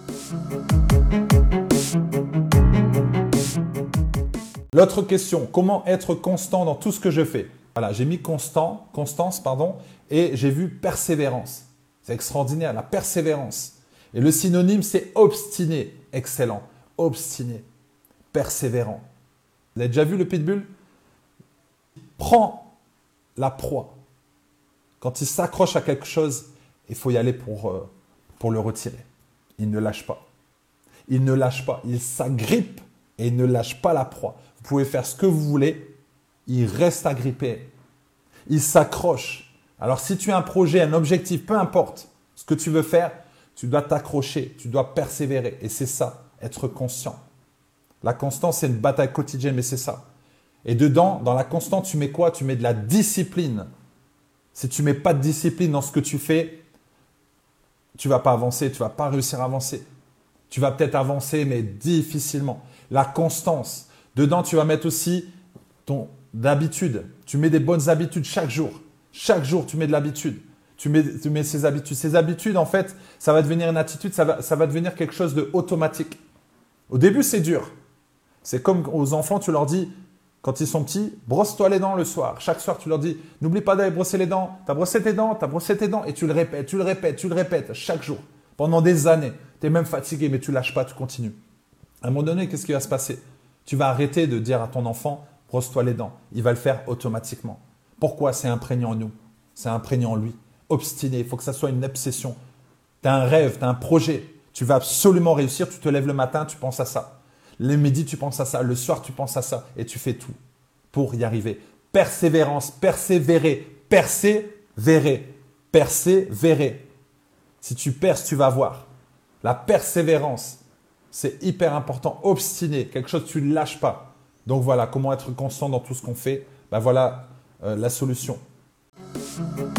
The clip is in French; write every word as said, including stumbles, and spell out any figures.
L'autre question, comment être constant dans tout ce que je fais? Voilà, j'ai mis constant, constance, pardon, et j'ai vu persévérance. C'est extraordinaire, la persévérance. Et le synonyme, c'est obstiné. Excellent. Obstiné. Persévérant. Vous avez déjà vu le pitbull? Prends la proie. Quand il s'accroche à quelque chose, il faut y aller pour, euh, pour le retirer. Il ne lâche pas. Il ne lâche pas. Il s'agrippe et il ne lâche pas la proie. Vous pouvez faire ce que vous voulez. Il reste agrippé. Il s'accroche. Alors, si tu as un projet, un objectif, peu importe ce que tu veux faire, tu dois t'accrocher. Tu dois persévérer. Et c'est ça, être conscient. La constance, c'est une bataille quotidienne, mais c'est ça. Et dedans, dans la constance, tu mets quoi? Tu mets de la discipline. Si tu ne mets pas de discipline dans ce que tu fais, tu ne vas pas avancer, tu ne vas pas réussir à avancer. Tu vas peut-être avancer, mais difficilement. La constance. Dedans, tu vas mettre aussi ton d'habitude. Tu mets des bonnes habitudes chaque jour. Chaque jour, tu mets de l'habitude. Tu mets, tu mets ces habitudes. Ces habitudes, en fait, ça va devenir une attitude, ça va, ça va devenir quelque chose d'automatique. Au début, c'est dur. C'est comme aux enfants, tu leur dis, quand ils sont petits, brosse-toi les dents le soir. Chaque soir, tu leur dis, n'oublie pas d'aller brosser les dents. Tu as brossé tes dents, tu as brossé tes dents. Et tu le répètes, tu le répètes, tu le répètes chaque jour. Pendant des années. Tu es même fatigué, mais tu ne lâches pas, tu continues. À un moment donné, qu'est-ce qui va se passer? Tu vas arrêter de dire à ton enfant, brosse-toi les dents. Il va le faire automatiquement. Pourquoi? C'est imprégné en nous. C'est imprégné en lui. Obstiné, il faut que ça soit une obsession. Tu as un rêve, tu as un projet. Tu vas absolument réussir. Tu te lèves le matin, tu penses à ça. Le midi, tu penses à ça. Le soir, tu penses à ça. Et tu fais tout pour y arriver. Persévérance, persévérer, persévérer, persévérer. Si tu perces, tu vas voir. La persévérance, c'est hyper important. Obstiné, quelque chose que tu ne lâches pas. Donc voilà, comment être constant dans tout ce qu'on fait. Ben voilà euh, la solution.